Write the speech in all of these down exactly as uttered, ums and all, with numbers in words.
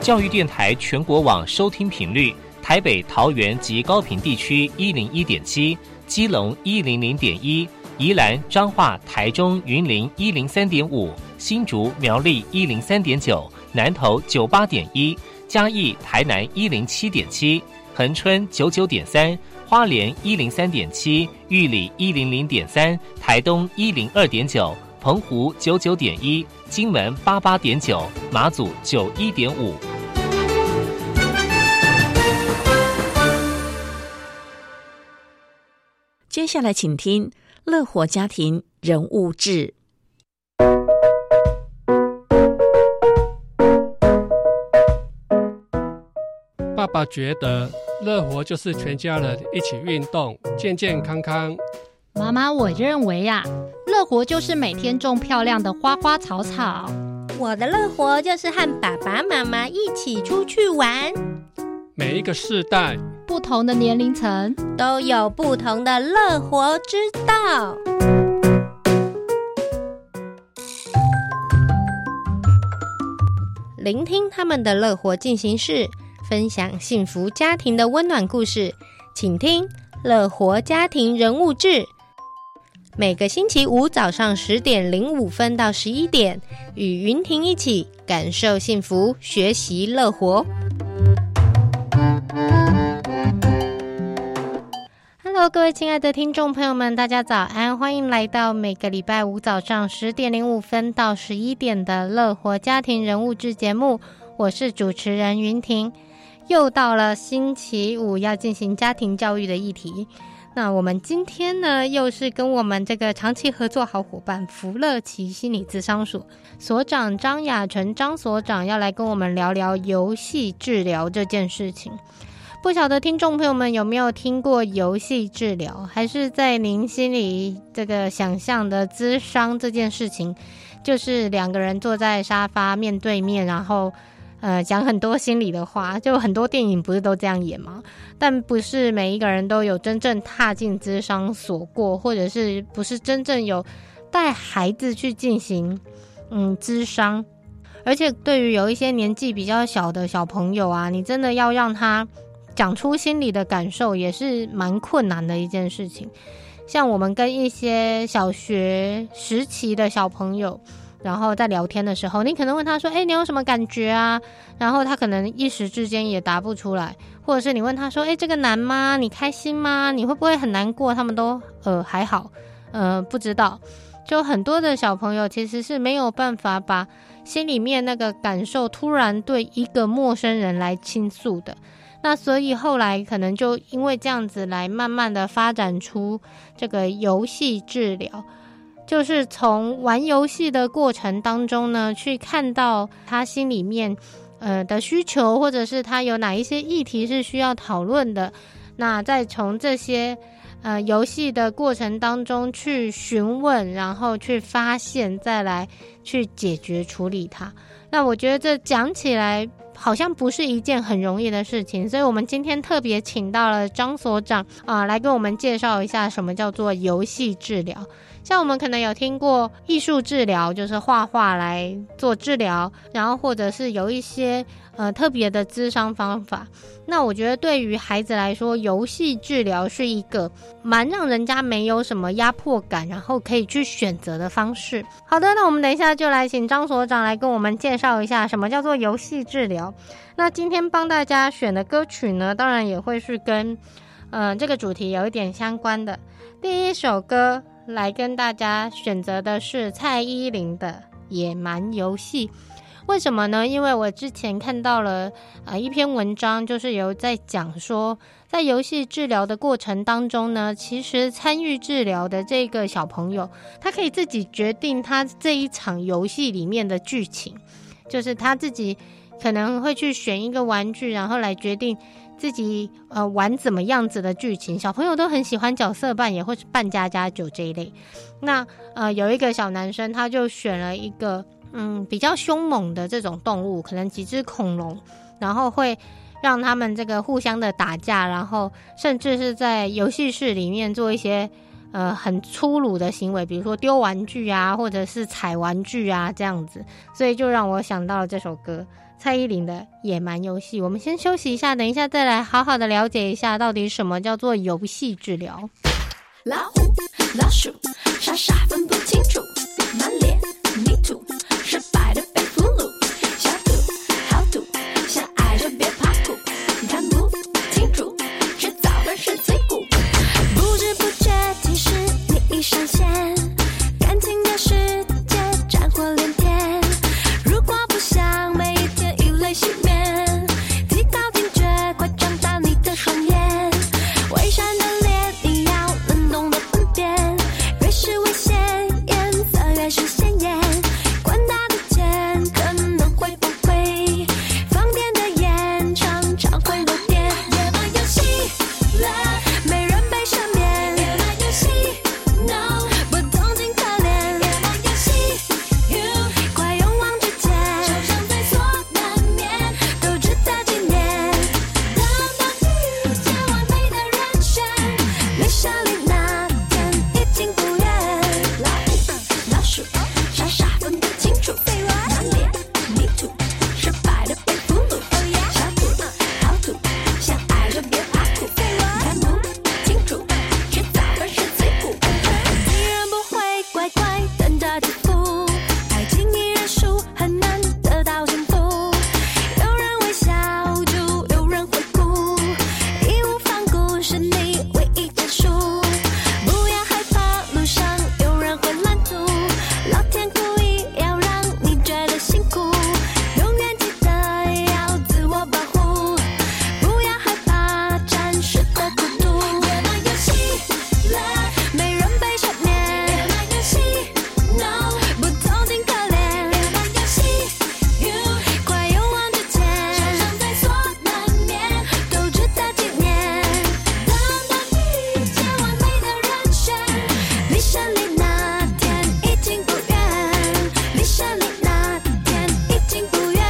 教育电台全国网收听频率：台北、桃园及高屏地区一零一点七，基隆一零零点一，宜兰、彰化、台中、云林一零三点五，新竹、苗栗一零三点九，南投九八点一，嘉义、台南一零七点七，恒春九九点三，花莲一零三点七，玉里一零零点三，台东一零二点九，澎湖九九点一，金门八八点九，马祖九一点五。 接下来请听乐活家庭人物志。 爸爸觉得乐活就是全家人一起运动，健健康康。 妈妈，我认为呀、啊，乐活就是每天种漂亮的花花草草。 我的乐活就是和爸爸妈妈一起出去玩。 每一个世代、 不同的年龄层都有不同的乐活之道。聆听他们的乐活进行式，分享幸福家庭的温暖故事，请听乐活家庭人物志。每个星期五早上十点零五分到十一点，与云婷一起感受幸福，学习乐活。Hello， 各位亲爱的听众朋友们，大家早安！欢迎来到每个礼拜五早上十点零五分到十一点的乐活家庭人物志节目，我是主持人云婷。又到了星期五要进行家庭教育的议题。那我们今天呢，又是跟我们这个长期合作好伙伴福乐奇心理咨商所所长张雅纯张所长要来跟我们聊聊游戏治疗这件事情。不晓得听众朋友们有没有听过游戏治疗，还是在您心里这个想象的咨商这件事情，就是两个人坐在沙发面对面，然后呃讲很多心里的话，就很多电影不是都这样演吗？但不是每一个人都有真正踏进咨商所过，或者是不是真正有带孩子去进行嗯咨商。而且对于有一些年纪比较小的小朋友啊，你真的要让他讲出心里的感受也是蛮困难的一件事情。像我们跟一些小学时期的小朋友，然后在聊天的时候，你可能问他说，诶，你有什么感觉啊？然后他可能一时之间也答不出来。或者是你问他说，诶，这个难吗？你开心吗？你会不会很难过？他们都呃还好，呃不知道。就很多的小朋友其实是没有办法把心里面那个感受突然对一个陌生人来倾诉的。那所以后来可能就因为这样子来慢慢的发展出这个游戏治疗，就是从玩游戏的过程当中呢，去看到他心里面呃的需求，或者是他有哪一些议题是需要讨论的，那再从这些呃游戏的过程当中去询问，然后去发现，再来去解决处理它。那我觉得这讲起来好像不是一件很容易的事情，所以我们今天特别请到了张所长啊、呃，来跟我们介绍一下什么叫做游戏治疗。像我们可能有听过艺术治疗，就是画画来做治疗，然后或者是有一些呃特别的諮商方法。那我觉得对于孩子来说，游戏治疗是一个蛮让人家没有什么压迫感，然后可以去选择的方式。好的，那我们等一下就来请张所长来跟我们介绍一下什么叫做游戏治疗。那今天帮大家选的歌曲呢，当然也会是跟呃这个主题有一点相关的。第一首歌来跟大家选择的是蔡依林的《野蛮游戏》。为什么呢？因为我之前看到了呃一篇文章，就是有在讲说，在游戏治疗的过程当中呢，其实参与治疗的这个小朋友，他可以自己决定他这一场游戏里面的剧情，就是他自己可能会去选一个玩具，然后来决定自己呃玩怎么样子的剧情。小朋友都很喜欢角色扮演或是扮家家酒这一类。那呃有一个小男生，他就选了一个嗯比较凶猛的这种动物，可能几只恐龙，然后会让他们这个互相的打架，然后甚至是在游戏室里面做一些呃很粗鲁的行为，比如说丢玩具啊，或者是踩玩具啊这样子，所以就让我想到了这首歌，蔡依林的《野蛮游戏》。我们先休息一下，等一下再来好好的了解一下到底什么叫做游戏治疗。 老虎、老鼠，傻傻分不清楚，满脸泥土，失败的被俘虏。小兔、好兔，相爱就别怕苦，看不清楚，迟早会是罪过。不知不觉，其实你已上线，感情的世界战火连天。如果不想每一天以泪洗面，提高警觉，快张大你的双眼，微闪的脸你要能懂得分辨，越是危险颜色越是鲜艳，管他的钱可能会崩溃，放电的眼常常会漏电。野蛮游戏了，没人被赦免。野蛮游戏 No 不同情可怜。野蛮游戏 You 快勇往直前，受伤在所难免，都值得纪念。当当遇见完美的人选，没想你那天已经不远。老虎、老鼠，傻傻分不清楚，满脸泥土，失败的被俘虏。小兔、好兔，相爱就别怕苦，看不清楚，迟早会是罪过。敌人不会乖乖等着祝福，爱情依然输，很难得到幸福。有人微笑，就有人会哭，义无反顾是你唯一结束。不要害怕，路上有人会拦阻，老天故意要让你觉得辛苦，永远记得要自我保护，不要害怕暂时的孤独。野蛮游戏了，没人被赦免。野蛮游戏 No 不同情可怜。野蛮游戏 You 快勇往直前，受伤在所难免，都值得纪念。当当遇见完美的人选，离胜利那天已经不远，离胜利那天已经不远。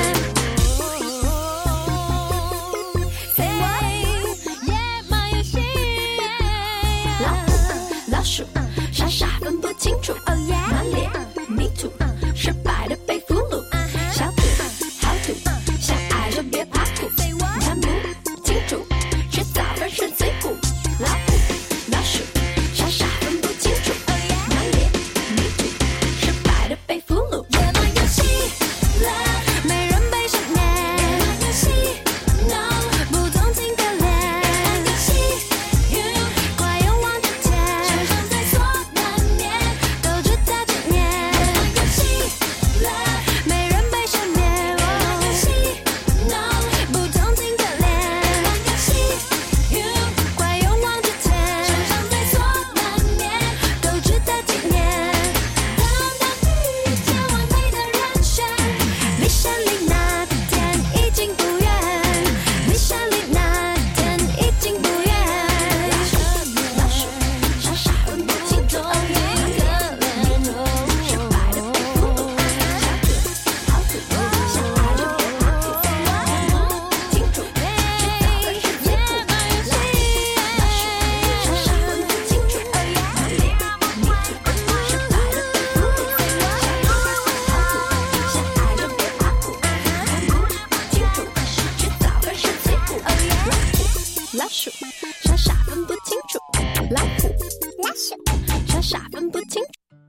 野蛮游戏，老虎、老鼠，傻傻分不清楚，满脸泥土，失败的被俘虏。小兔、好兔，相爱就别怕苦，看不清楚，迟早会是罪过。老虎、老鼠，傻傻分不清楚，满脸泥土，失败的被俘虏。野蛮游戏了，没人被赦免。野蛮游戏 No 不同情可怜。野蛮游戏 You 快勇往直前，受伤在所难免，都值得纪念。野蛮游戏了，没人被赦免。野蛮游戏 No 不同情可怜。野蛮游戏 You 快勇往直前，受伤在所难免，都值得纪念。当当遇见完美的人选，离胜利那天已经不远，离胜利那天已经不远。老鼠、傻傻分不清楚，满脸泥土，失败的被俘虏。小兔、好兔，相爱就别怕苦，看不清楚，迟早会是罪过。老虎、老鼠，傻傻分不清楚，满脸泥土，失败的被俘虏。小兔、好兔，相爱就别怕苦，看不清楚，迟早会是罪过。老虎、老鼠，傻傻分不清楚，老虎、老鼠，傻傻分不清楚。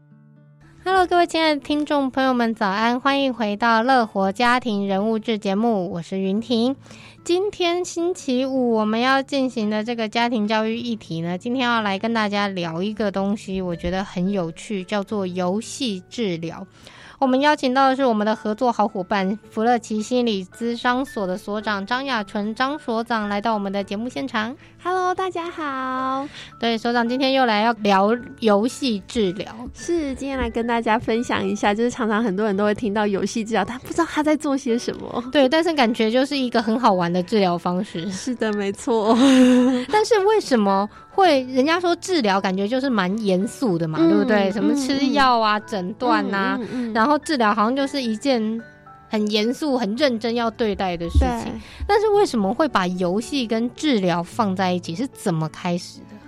Hello， 各位亲爱的听众朋友们，早安！欢迎回到乐活家庭人物志节目，我是云婷。今天星期五，我们要进行的这个家庭教育议题呢，今天要来跟大家聊一个东西，我觉得很有趣，叫做游戏治疗。我们邀请到的是我们的合作好伙伴福乐奇心理咨商所的所长张雅纯张所长来到我们的节目现场。 Hello， 大家好。 对，所长今天又来要聊游戏治疗。 是，今天来跟大家分享一下，就是常常很多人都会听到游戏治疗，但不知道他在做些什么。 对，但是感觉就是一个很好玩的治疗方式。 是的，没错。 但是为什么会人家说治疗感觉就是蛮严肃的嘛、嗯、对不对？什么吃药啊、诊断啊、嗯嗯嗯、然后治疗好像就是一件很严肃很认真要对待的事情。但是为什么会把游戏跟治疗放在一起，是怎么开始的？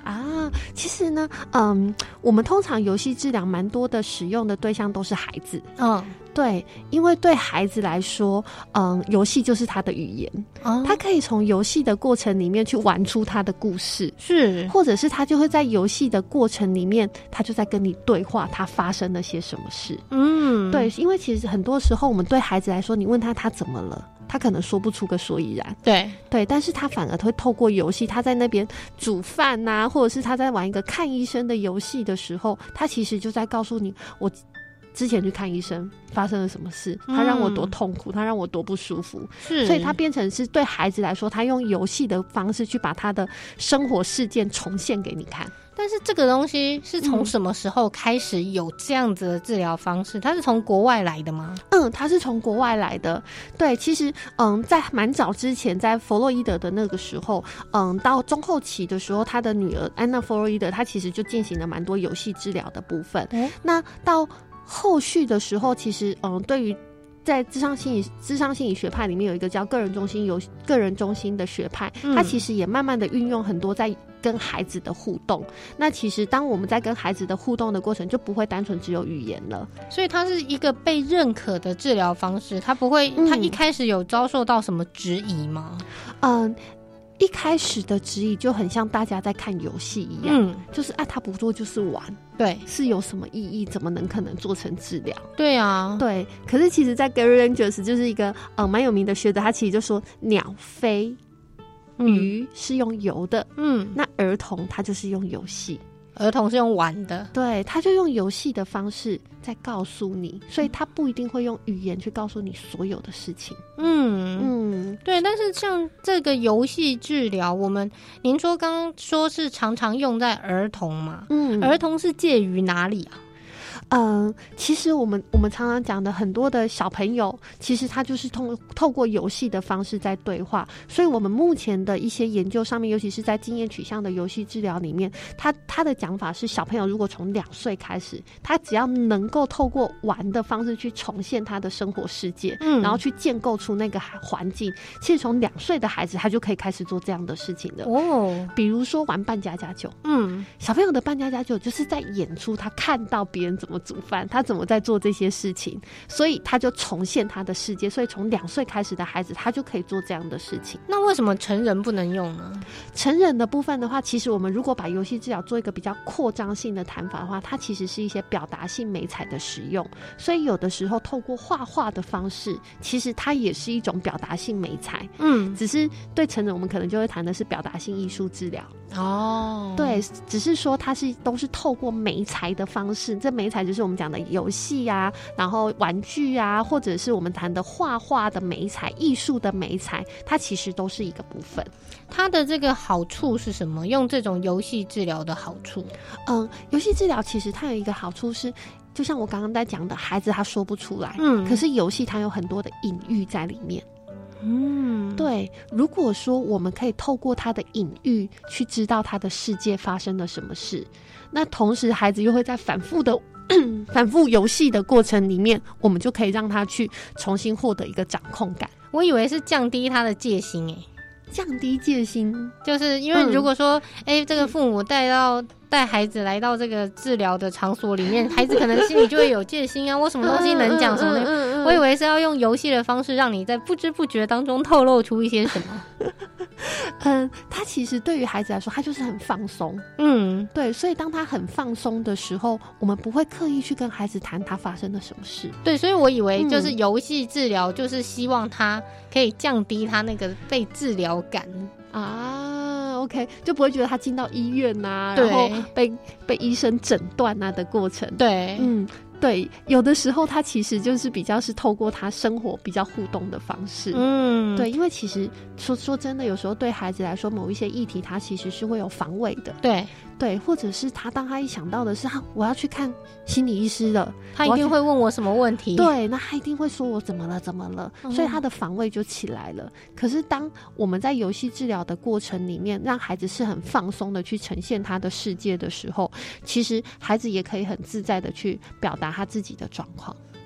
啊，其实呢，嗯，我们通常游戏治疗蛮多的使用的对象都是孩子。 嗯， 对，因为对孩子来说，嗯，游戏就是他的语言，哦，他可以从游戏的过程里面去玩出他的故事， 是， 或者是他就会在游戏的过程里面，他就在跟你对话，他发生了些什么事。嗯，对，因为其实很多时候我们对孩子来说，你问他他怎么了，他可能说不出个所以然。 对对，但是他反而会透过游戏，他在那边煮饭啊，或者是他在玩一个看医生的游戏的时候，他其实就在告诉你，我之前去看医生发生了什么事，他让我多痛苦，他让我多不舒服。是，所以他变成是对孩子来说，他用游戏的方式去把他的生活事件重现给你看。 但是这个东西是从什么时候开始有这样子的治疗方式？它是从国外来的吗？ 嗯，它是从国外来的。对，其实嗯，在蛮早之前，在弗洛伊德的那个时候，嗯，到中后期的时候，他的女儿安娜·弗洛伊德，她其实就进行了蛮多游戏治疗的部分。嗯，那到后续的时候，其实嗯，对于在諮商心理諮商心理学派里面有一个叫个人中心有个人中心的学派，它其实也慢慢的运用很多在跟孩子的互动。那其实当我们在跟孩子的互动的过程，就不会单纯只有语言了。 所以它是一个被认可的治疗方式，它不会，它一开始有遭受到什么质疑吗？ 嗯。一开始的质疑就很像大家在看游戏一样，嗯，就是啊，他不做就是玩， 对， 是有什么意义？怎么能可能做成治疗？ 对啊， 对。可是其实，在 Gary Rangers 就是一个呃蛮有名的学者，他其实就说，鸟飞，鱼是用游的，嗯，那儿童他就是用游戏。 儿童是用玩的， 对，他就用游戏的方式在告诉你，所以他不一定会用语言去告诉你所有的事情。嗯嗯，对。但是像这个游戏治疗，我们您说刚刚说是常常用在儿童嘛？嗯，儿童是介于哪里啊？ 嗯，其实我们我们常常讲的很多的小朋友，其实他就是通透过游戏的方式在对话。所以我们目前的一些研究上面，尤其是在经验取向的游戏治疗里面，他他的讲法是，小朋友如果从两岁开始，他只要能够透过玩的方式去重现他的生活世界，嗯，然后去建构出那个环境，其实从两岁的孩子他就可以开始做这样的事情的哦。比如说玩扮家家酒，嗯，小朋友的扮家家酒就是在演出他看到别人怎么煮饭，他怎么在做这些事情，所以他就重现他的世界。所以从两岁开始的孩子，他就可以做这样的事情。 那为什么成人不能用呢？ 成人的部分的话，其实我们如果把游戏治疗做一个比较扩张性的谈法的话，它其实是一些表达性媒材的使用。所以有的时候透过画画的方式，其实它也是一种表达性媒材。嗯，只是对成人我们可能就会谈的是表达性艺术治疗。哦，对，只是说它是都是透过媒材的方式，这媒材就是我们讲的游戏啊，然后玩具啊，或者是我们谈的画画的媒材、艺术的媒材，它其实都是一个部分。 它的这个好处是什么？用这种游戏治疗的好处？ 嗯，游戏治疗其实它有一个好处是，就像我刚刚在讲的，孩子他说不出来，嗯，可是游戏它有很多的隐喻在里面。嗯，对。如果说我们可以透过他的隐喻去知道他的世界发生了什么事，那同时孩子又会在反复的反复游戏的过程里面，我们就可以让他去重新获得一个掌控感。 我以为是降低他的戒心，哎， 降低戒心， 就是因为如果说，哎、嗯，这个父母带到带孩子来到这个治疗的场所里面，孩子可能心里就会有戒心啊，我什么东西能讲，什么东西，嗯嗯嗯嗯、我以为是要用游戏的方式，让你在不知不觉当中透露出一些什么。 嗯，他其实对于孩子来说，他就是很放松。嗯，对，所以当他很放松的时候，我们不会刻意去跟孩子谈他发生了什么事。 对，所以我以为就是游戏治疗，就是希望他可以降低他那个被治疗感啊。OK， 就不会觉得他进到医院啊，然后被被医生诊断啊的过程。 对， 嗯。对，有的时候他其实就是比较是透过他生活比较互动的方式。嗯，对，因为其实说说真的，有时候对孩子来说，某一些议题他其实是会有防卫的。 对对，或者是他当他一想到的是，啊，我要去看心理医师了， 他一定会问我什么问题。 对，那他一定会说我怎么了怎么了，嗯，所以他的防卫就起来了。可是当我们在游戏治疗的过程里面，让孩子是很放松的去呈现他的世界的时候，其实孩子也可以很自在的去表达他自己的状况。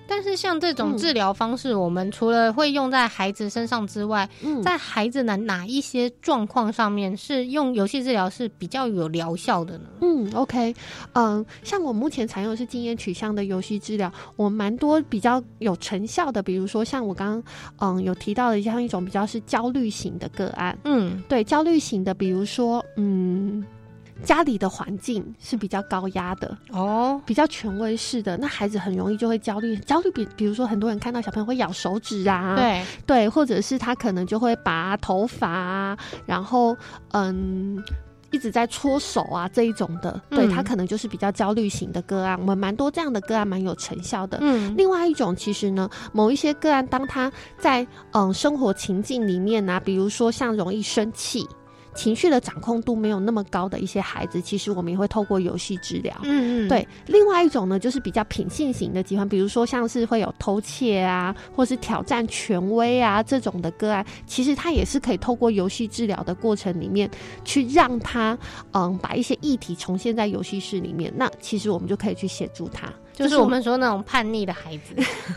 但是像这种治疗方式、嗯、我们除了会用在孩子身上之外、嗯、在孩子的哪一些状况上面是用游戏治疗是比较有疗效的呢？ 嗯 OK 嗯，像我目前采用的是经验取向的游戏治疗，我蛮多比较有成效的，比如说像我刚刚嗯有提到的像一种比较是焦虑型的个案。嗯，对，焦虑型的比如说嗯家里的环境是比较高压的哦，比较权威式的，那孩子很容易就会焦虑。焦虑比比如说很多人看到小朋友会咬手指啊，对对，或者是他可能就会拔头发啊，然后嗯一直在搓手啊这一种的，对、嗯、他可能就是比较焦虑型的个案。我们蛮多这样的个案蛮有成效的。嗯，另外一种其实呢，某一些个案当他在嗯生活情境里面啊，比如说像容易生气。情绪的掌控度没有那么高的一些孩子，其实我们也会透过游戏治疗。嗯嗯，对。另外一种呢，就是比较品性型的疾患，比如说像是会有偷窃啊，或是挑战权威啊这种的个案，其实它也是可以透过游戏治疗的过程里面，去让他嗯把一些议题重现在游戏室里面。那其实我们就可以去协助他。 就是我们说那种叛逆的孩子，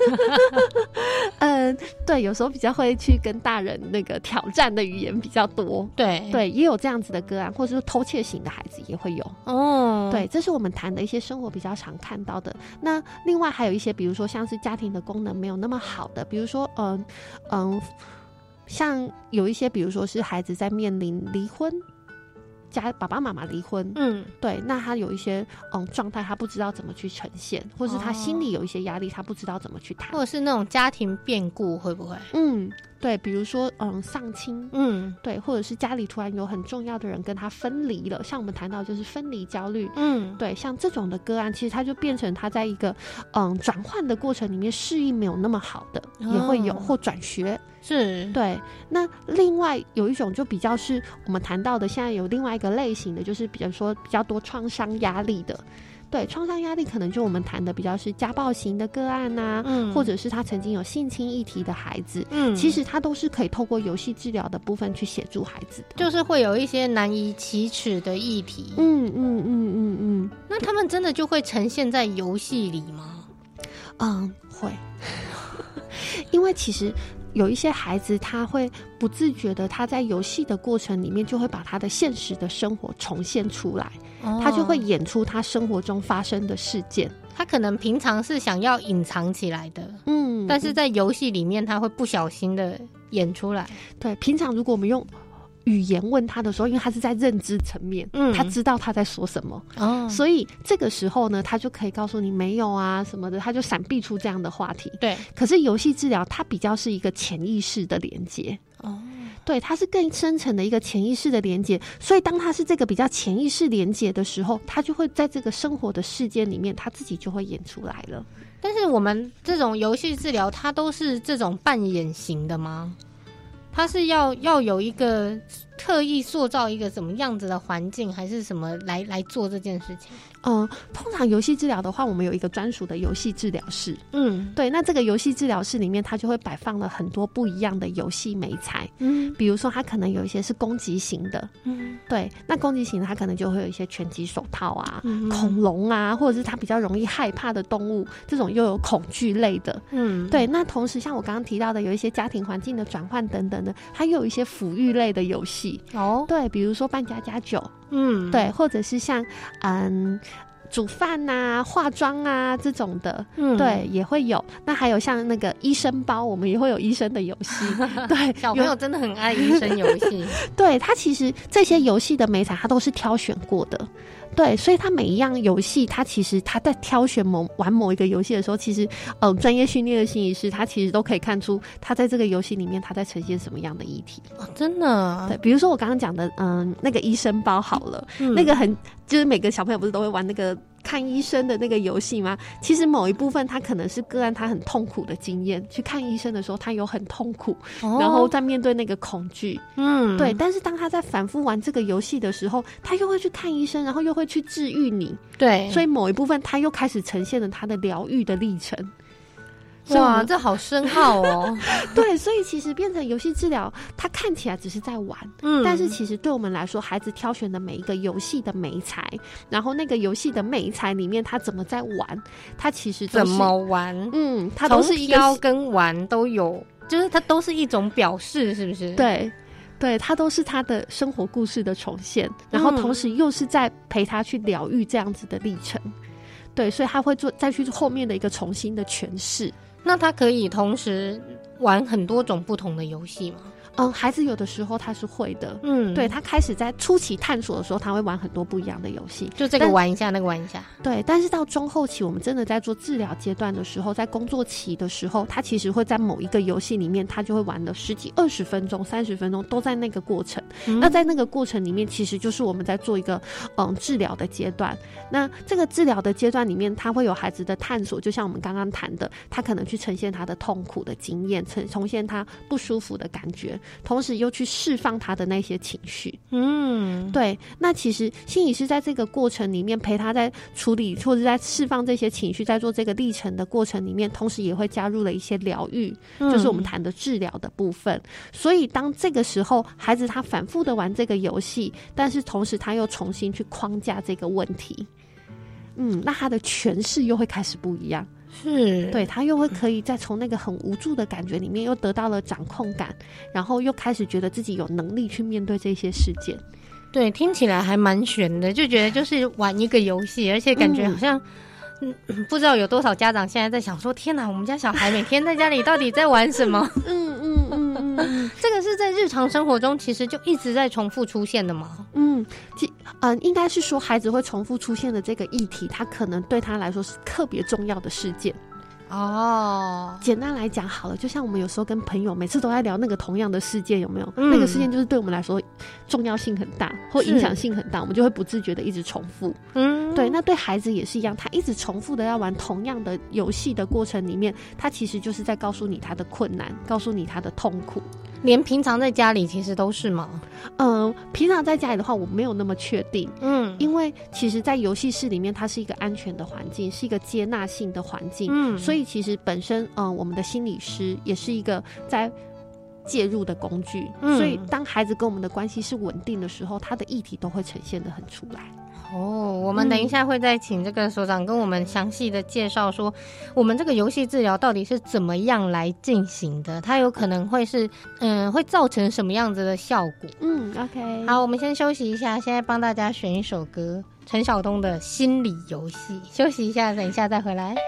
嗯，对，有时候比较会去跟大人那个挑战的语言比较多，对对，也有这样子的个案，或者是偷窃型的孩子也会有哦。对，这是我们谈的一些生活比较常看到的。那另外还有一些，比如说像是家庭的功能没有那么好的，比如说嗯嗯，像有一些，比如说是孩子在面临离婚。家爸爸妈妈离婚，嗯，对，那他有一些嗯状态，他不知道怎么去呈现，或是他心里有一些压力，他不知道怎么去谈， 或者是那种家庭变故会不会？ 嗯，对，比如说嗯丧亲，嗯，对，或者是家里突然有很重要的人跟他分离了，像我们谈到就是分离焦虑，嗯，对，像这种的个案，其实他就变成他在一个嗯转换的过程里面适应没有那么好的，哦、也会有或转学。是对，那另外有一种就比较是我们谈到的，现在有另外一个类型的，就是比如说比较多创伤压力的。对，创伤压力可能就我们谈的比较是家暴型的个案啊，嗯，或者是他曾经有性侵议题的孩子，嗯，其实他都是可以透过游戏治疗的部分去协助孩子的， 就是会有一些难以启齿的议题， 嗯嗯嗯嗯嗯， 那他们真的就会呈现在游戏里吗？ 嗯，会，因为其实。有一些孩子他会不自觉的，他在游戏的过程里面就会把他的现实的生活重现出来，哦、他就会演出他生活中发生的事件。 他可能平常是想要隐藏起来的，嗯，但是在游戏里面他会不小心的演出来。 对，平常如果我们用语言问他的时候，因为他是在认知层面，嗯，他知道他在说什么，哦，所以这个时候呢，他就可以告诉你没有啊什么的，他就闪避出这样的话题。对，可是游戏治疗它比较是一个潜意识的连接，哦，对，它是更深层的一个潜意识的连接，所以当他是这个比较潜意识连接的时候，他就会在这个生活的事件里面，他自己就会演出来了。 但是我们这种游戏治疗，它都是这种扮演型的吗？他是要要有一个特意塑造一个什么样子的环境，还是什么来来做这件事情？ 嗯，通常游戏治疗的话，我们有一个专属的游戏治疗室。嗯，对，那这个游戏治疗室里面，它就会摆放了很多不一样的游戏媒材。嗯，比如说它可能有一些是攻击型的。嗯，对，那攻击型的它可能就会有一些拳击手套啊、嗯、恐龙啊，或者是它比较容易害怕的动物，这种又有恐惧类的。嗯，对，那同时像我刚刚提到的，有一些家庭环境的转换等等的，它又有一些抚育类的游戏。哦，对，比如说扮家家酒。嗯，对，或者是像嗯煮饭啊、化妆啊这种的，嗯，对，也会有。那还有像那个医生包，我们也会有医生的游戏。对， 小朋友真的很爱医生游戏。 对，他其实这些游戏的媒材，他都是挑选过的。对，所以他每一样游戏，他其实他在挑选某玩某一个游戏的时候，其实呃，专业训练的心理师，他其实都可以看出他在这个游戏里面他在呈现什么样的议题。 哦，真的？ 对，比如说我刚刚讲的，嗯、呃，那个医生包好了，嗯、那个很就是每个小朋友不是都会玩那个看医生的那个游戏吗？其实某一部分他可能是个案他很痛苦的经验，去看医生的时候他有很痛苦，哦、然后在面对那个恐惧，嗯，对。但是当他在反复玩这个游戏的时候，他又会去看医生，然后又会去治愈你，对。所以某一部分他又开始呈现了他的疗愈的历程。 哇，这好深奥哦。 对，所以其实变成游戏治疗，它看起来只是在玩，嗯，但是其实对我们来说，孩子挑选的每一个游戏的媒材，然后那个游戏的媒材里面，他怎么在玩，他其实都是怎么玩， 嗯，它都是一个挑跟玩都有，就是它都是一种表示，是不是？ 对。对，它都是他的生活故事的重现，然后同时又是在陪他去疗愈这样子的历程。对，所以他会做再去后面的一个重新的诠释。 那他可以同时玩很多种不同的游戏吗？ 嗯，孩子有的时候他是会的，嗯，对，他开始在初期探索的时候，他会玩很多不一样的游戏， 就这个玩一下，那个玩一下。 对，但是到中后期，我们真的在做治疗阶段的时候，在工作期的时候，他其实会在某一个游戏里面，他就会玩了十几、二十分钟、三十分钟，都在那个过程。嗯、那在那个过程里面，其实就是我们在做一个嗯治疗的阶段。那这个治疗的阶段里面，他会有孩子的探索，就像我们刚刚谈的，他可能去呈现他的痛苦的经验，呈呈现他不舒服的感觉。同时又去释放他的那些情绪，嗯，对。那其实心理师在这个过程里面陪他在处理或者在释放这些情绪，在做这个历程的过程里面，同时也会加入了一些疗愈，嗯、就是我们谈的治疗的部分。所以当这个时候，孩子他反复的玩这个游戏，但是同时他又重新去框架这个问题，嗯，那他的诠释又会开始不一样。是，对，他又会可以再从那个很无助的感觉里面又得到了掌控感，然后又开始觉得自己有能力去面对这些事件。 对，听起来还蛮悬的，就觉得就是玩一个游戏，而且感觉好像、嗯嗯、不知道有多少家长现在在想说，天哪，我们家小孩每天在家里到底在玩什么？嗯嗯嗯嗯嗯，这个是在日常生活中其实就一直在重复出现的吗？ 嗯，其嗯、呃，应该是说孩子会重复出现的这个议题，他可能对他来说是特别重要的事件。哦，简单来讲好了，就像我们有时候跟朋友每次都在聊那个同样的事件，有没有？嗯、那个事件就是对我们来说重要性很大，或影响性很大，我们就会不自觉的一直重复。嗯，对，那对孩子也是一样，他一直重复的要玩同样的游戏的过程里面，他其实就是在告诉你他的困难，告诉你他的痛苦。 连平常在家里其实都是吗？ 嗯、呃，平常在家里的话，我没有那么确定。嗯，因为其实，在游戏室里面，它是一个安全的环境，是一个接纳性的环境。嗯，所以其实本身，嗯、呃，我们的心理师也是一个在介入的工具。嗯，所以当孩子跟我们的关系是稳定的时候，他的议题都会呈现得很出来。 哦，我们等一下会再请这个所长跟我们详细的介绍说，我们这个游戏治疗到底是怎么样来进行的，它有可能会是嗯会造成什么样子的效果。 嗯 OK， 好，我们先休息一下，现在帮大家选一首歌，陈晓东的心理游戏，休息一下，等一下再回来。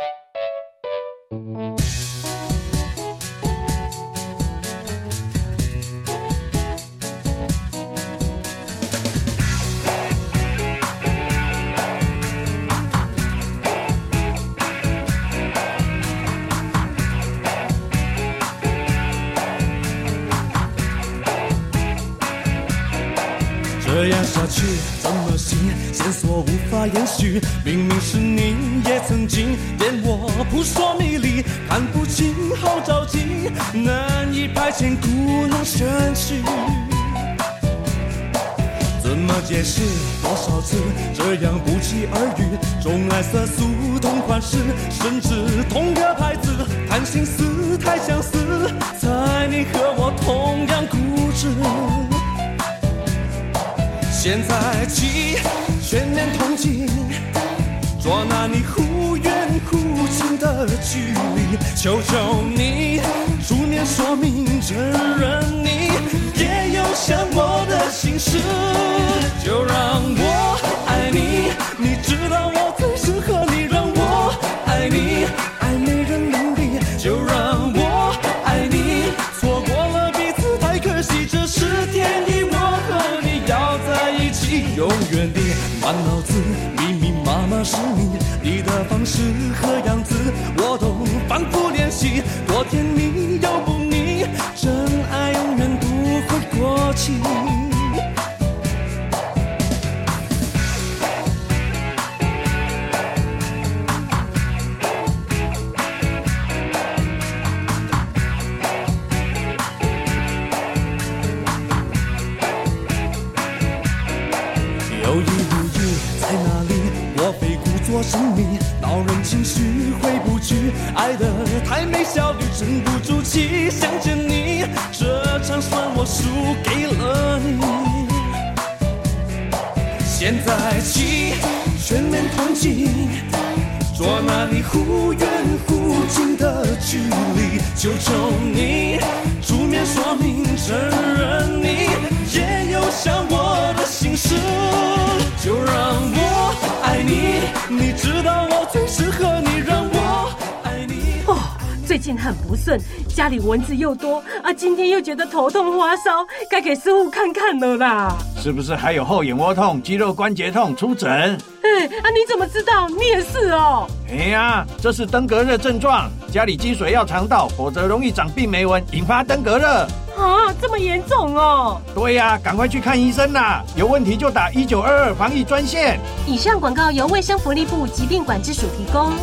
这样下去怎么行？线索无法延续，明明是你也曾经对我扑朔迷离，看不清好着急，难以排遣故弄玄虚。怎么解释多少次这样不期而遇？钟爱色素同款式，甚至同个牌子，谈心思太相似，猜你和我同样固执。现在起全面同情，捉拿你忽远忽近的距离，求求你书面说明，承认你也有想我的心事，就让我爱你，你知道我最适合你，让我爱你，爱没人能比，就让我爱你，错过了彼此太可惜，这是天意，我和你要在一起永远地，满脑子密密麻麻是你，你的方式和样子我都反复练习，多甜蜜又不腻，真爱永远不会过期。有意无意在哪里？我非故作神秘，恼人情绪回不去， 爱的太没效率，沉不住气想见你，这场算我输给了你。现在起全面同进，捉拿你忽远忽近的距离，求求你出面说明，承认你也有想我的心事，就让我爱你，你知道我最适合你，让我爱你。 哦，最近很不顺，家里蚊子又多啊，今天又觉得头痛发烧，该给师傅看看了啦。 是不是还有后眼窝痛、肌肉关节痛？出诊。 哎啊，你怎么知道？你也是哦。 哎呀，这是登革热症状，家里积水要肠道，否则容易长病媒蚊，引发登革热。 啊，这么严重哦？ 对呀，赶快去看医生啦！有问题就打一九二二防疫专线。 以上广告由卫生福利部疾病管制署提供。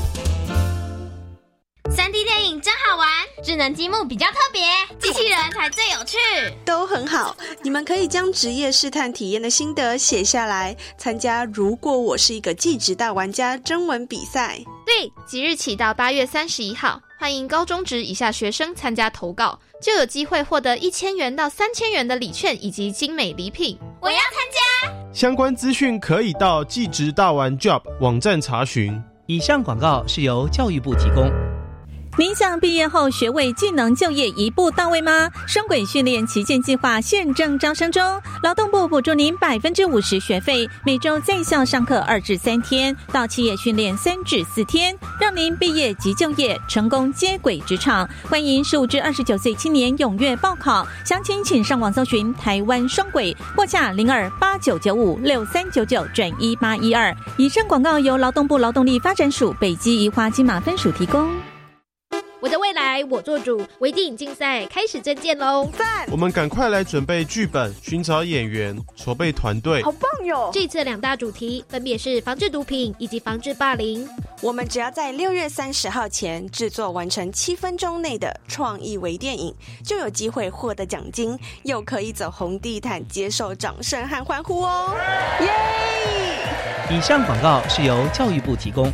三 D 电影真好玩，智能积木比较特别，机器人才最有趣。 都很好，你们可以将职业试探体验的心得写下来，参加如果我是一个技职大玩家征文比赛。 对，即日起到八月三十一号，欢迎高中职以下学生参加投稿，就有机会获得一千元到三千元的礼券以及精美礼品。 我要参加。 相关资讯可以到技职大玩 Job 网站查询。 以上广告是由教育部提供。 您想毕业后学位技能就业一步到位吗？双轨训练旗舰计划现正招生中，劳动部补助您百分之五十学费，每周在校上课二至三天，到企业训练三至四天，让您毕业即就业，成功接轨职场。欢迎十五至二十九岁青年踊跃报考，详情请上网搜寻台湾双轨，或洽零二八九九五六三九九转一八一二。以上广告由劳动部劳动力发展署北基宜花金马分署提供。 我的未来我做主，微电影竞赛开始征件喽！ 赞！ 我们赶快来准备剧本，寻找演员，筹备团队。 好棒哟！ 这次两大主题分别是防治毒品以及防治霸凌。 我们只要在六月三十号前制作完成七分钟内的创意微电影，就有机会获得奖金，又可以走红地毯，接受掌声和欢呼哦！耶！ 以上广告是由教育部提供。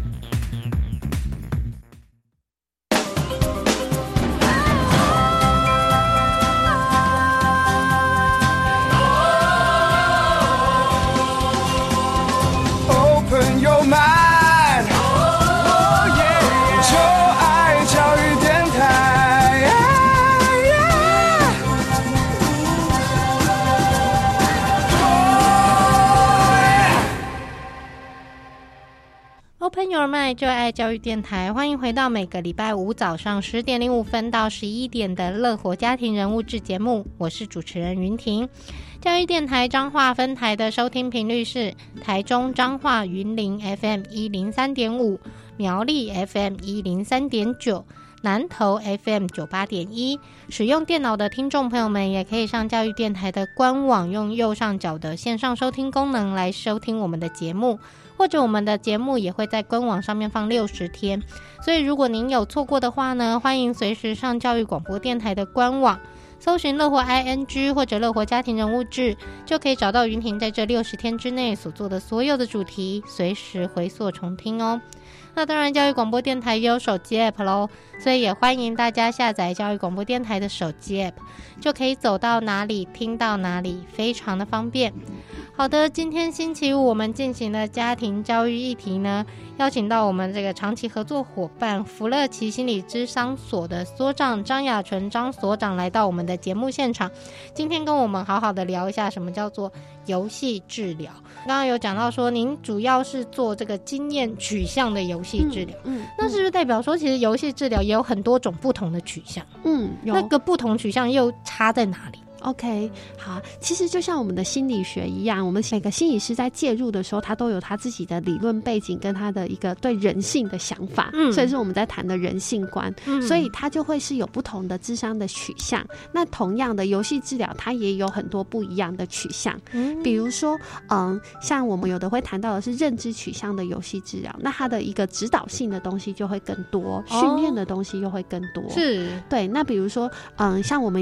Open Your Mind 就爱教育电台，欢迎回到每个礼拜五早上十点零五分到十一点的乐活家庭人物志节目，我是主持人云婷。教育电台彰化分台的收听频率是台中彰化云林 F M 一零三点五，苗栗 F M 一零三点九，南投 F M 九八点一。使用电脑的听众朋友们也可以上教育电台的官网，用右上角的线上收听功能来收听我们的节目，或者我们的节目也会在官网上面放六十天，所以如果您有错过的话呢，欢迎随时上教育广播电台的官网搜寻乐活 I N G 或者乐活家庭人物志，就可以找到云婷在这六十天之内所做的所有的主题，随时回溯重听哦。那当然教育广播电台也有手机 app 咯，所以也欢迎大家下载教育广播电台的手机 app， 就可以走到哪里听到哪里，非常的方便。好的，今天星期五我们进行的家庭教育议题呢，邀请到我们这个长期合作伙伴福乐奇心理咨商所的所长张雅纯张所长来到我们的节目现场，今天跟我们好好的聊一下什么叫做游戏治疗。刚刚有讲到说您主要是做这个经验取向的游戏治疗，嗯，嗯那是不是代表说其实游戏治疗也有很多种不同的取向？嗯，那个不同取向又差在哪里 ？OK， 好，其实就像我们的心理学一样，我们每个心理师在介入的时候，他都有他自己的理论背景跟他的一个对人性的想法，嗯，所以是我们在谈的人性观，嗯，所以他就会是有不同的諮商的取向。那同样的游戏治疗，它也有很多不一样的取向，嗯，比如说，嗯，像我们有的会谈到的是认知取向的游戏治疗，那它的一个指导性的东西就会更多，训练的东西又会更多，是对。那比如说，嗯，像我们有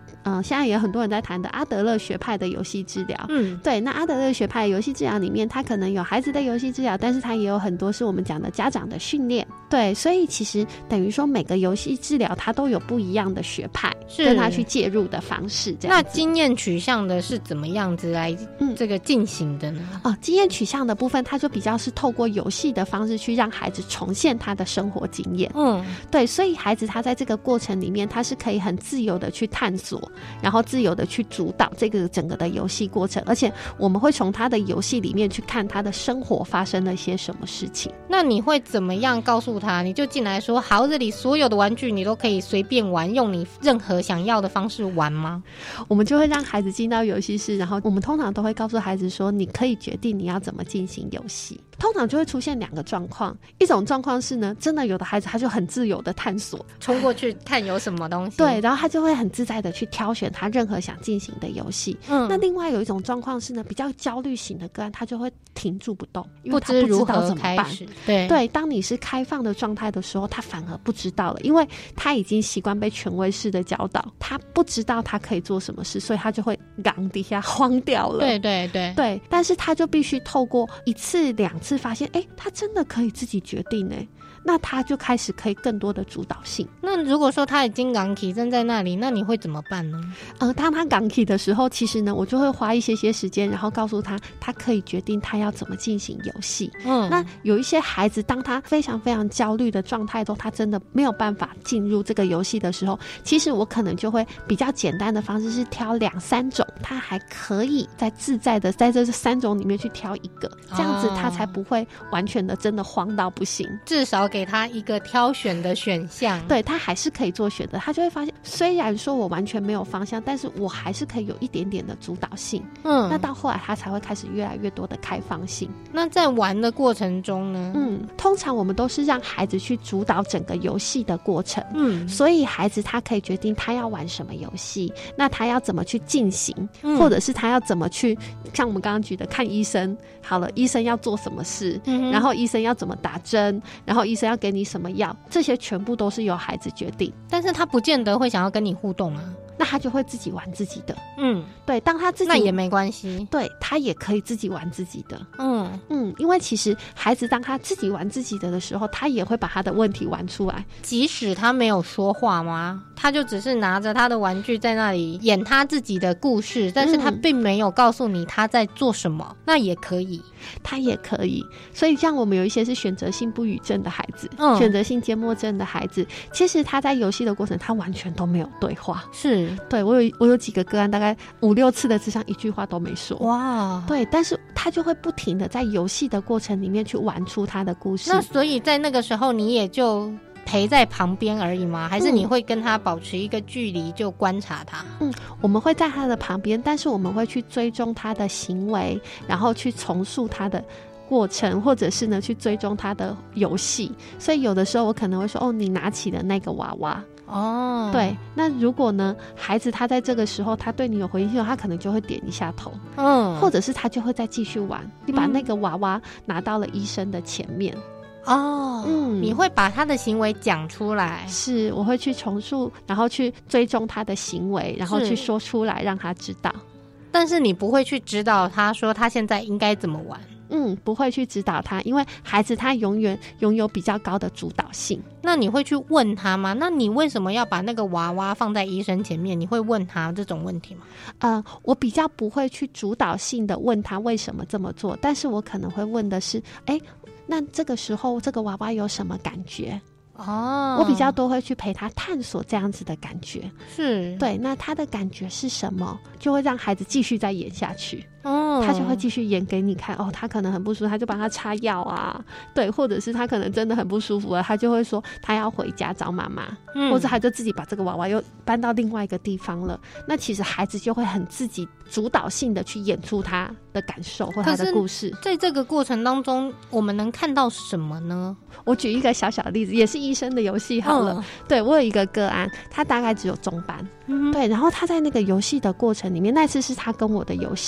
呃，现在也有很多人在谈的阿德勒学派的游戏治疗。 嗯， 对，那阿德勒学派的游戏治疗里面，它可能有孩子的游戏治疗，但是它也有很多是我们讲的家长的训练。对，所以其实等于说每个游戏治疗它都有不一样的学派，跟它去介入的方式这样子。 那经验取向的是怎么样子来这个进行的呢？ 嗯、哦，经验取向的部分，它就比较是透过游戏的方式去让孩子重现他的生活经验。 嗯， 对，所以孩子他在这个过程里面，他是可以很自由的去探索，然后自由的去主导这个整个的游戏过程，而且我们会从他的游戏里面去看他的生活发生了些什么事情。 那你会怎么样告诉他？你就进来说，好，这里所有的玩具你都可以随便玩，用你任何想要的方式玩吗？ 我们就会让孩子进到游戏室，然后我们通常都会告诉孩子说，你可以决定你要怎么进行游戏。通常就会出现两个状况，一种状况是呢，真的有的孩子他就很自由的探索， 冲过去看有什么东西， 对，然后他就会很自在的去挑选他任何想进行的游戏。嗯，那另外有一种状况是呢，比较焦虑型的个案，他就会停住不动，因为他不知道怎么办。 对对，当你是开放的状态的时候，他反而不知道了，因为他已经习惯被权威式的教导，他不知道他可以做什么事，所以他就会岗底下慌掉了。 对对对对，但是他就必须透过一次两次发现，哎，他真的可以自己决定哎。那他就开始可以更多的主导性。 那如果说他已经港起正在那里，那你会怎么办呢？ 呃，当他港起的时候，其实呢，我就会花一些些时间，然后告诉他，他可以决定他要怎么进行游戏。嗯，那有一些孩子，当他非常非常焦虑的状态中，他真的没有办法进入这个游戏的时候，其实我可能就会比较简单的方式是挑两三种，他还可以在自在的在这三种里面去挑一个，这样子他才不会完全的真的慌到不行， 至少给他一个挑选的选项。 对，他还是可以做选择，他就会发现虽然说我完全没有方向，但是我还是可以有一点点的主导性。嗯，那到后来他才会开始越来越多的开放性。 那在玩的过程中呢？ 嗯，通常我们都是让孩子去主导整个游戏的过程。嗯，所以孩子他可以决定他要玩什么游戏，那他要怎么去进行、嗯、或者是他要怎么去，像我们刚刚举的看医生好了，医生要做什么事、嗯、然后医生要怎么打针，然后医生要给你什么药，这些全部都是由孩子决定。 但是他不见得会想要跟你互动啊， 那他就会自己玩自己的。 嗯， 对，当他自己那也没关系， 对，他也可以自己玩自己的。 嗯嗯，因为其实孩子当他自己玩自己的的时候，他也会把他的问题玩出来。 即使他没有说话吗？他就只是拿着他的玩具在那里演他自己的故事，但是他并没有告诉你他在做什么、嗯、那也可以， 他也可以。所以像我们有一些是选择性不语症的孩子、嗯、选择性缄默症的孩子，其实他在游戏的过程他完全都没有对话。 是， 对，我有我有几个个案，大概五六次的智商一句话都没说。 哇， 对，但是他就会不停的在游戏的过程里面去玩出他的故事。 那所以在那个时候你也就陪在旁边而已吗？还是你会跟他保持一个距离就观察他？ 嗯，我们会在他的旁边，但是我们会去追踪他的行为，然后去重塑他的过程，或者是呢去追踪他的游戏。所以有的时候我可能会说，哦，你拿起了那个娃娃。 哦， 对，那如果呢孩子他在这个时候他对你有回应性，他可能就会点一下头。嗯，或者是他就会再继续玩。你把那个娃娃拿到了医生的前面。 哦，嗯，你会把他的行为讲出来？ 是，我会去重塑，然后去追踪他的行为，然后去说出来让他知道。 但是你不会去指导他说他现在应该怎么玩。 嗯，不会去指导他，因为孩子他永远拥有比较高的主导性。 那你会去问他吗？那你为什么要把那个娃娃放在医生前面？你会问他这种问题吗？ 呃，我比较不会去主导性的问他为什么这么做，但是我可能会问的是，哎，那这个时候这个娃娃有什么感觉？哦，我比较多会去陪他探索这样子的感觉。 是， 对，那他的感觉是什么，就会让孩子继续再演下去。 哦， 他就会继续演给你看。哦，他可能很不舒服，他就帮他擦药啊，对，或者是他可能真的很不舒服了，他就会说他要回家找妈妈、嗯、或者他就自己把这个娃娃又搬到另外一个地方了。那其实孩子就会很自己主导性的去演出他的感受或他的故事。 在这个过程当中我们能看到什么呢？ 我举一个小小的例子，也是医生的游戏好了、嗯、对，我有一个个案，他大概只有中班、嗯、对，然后他在那个游戏的过程里面，那次是他跟我的游戏， 是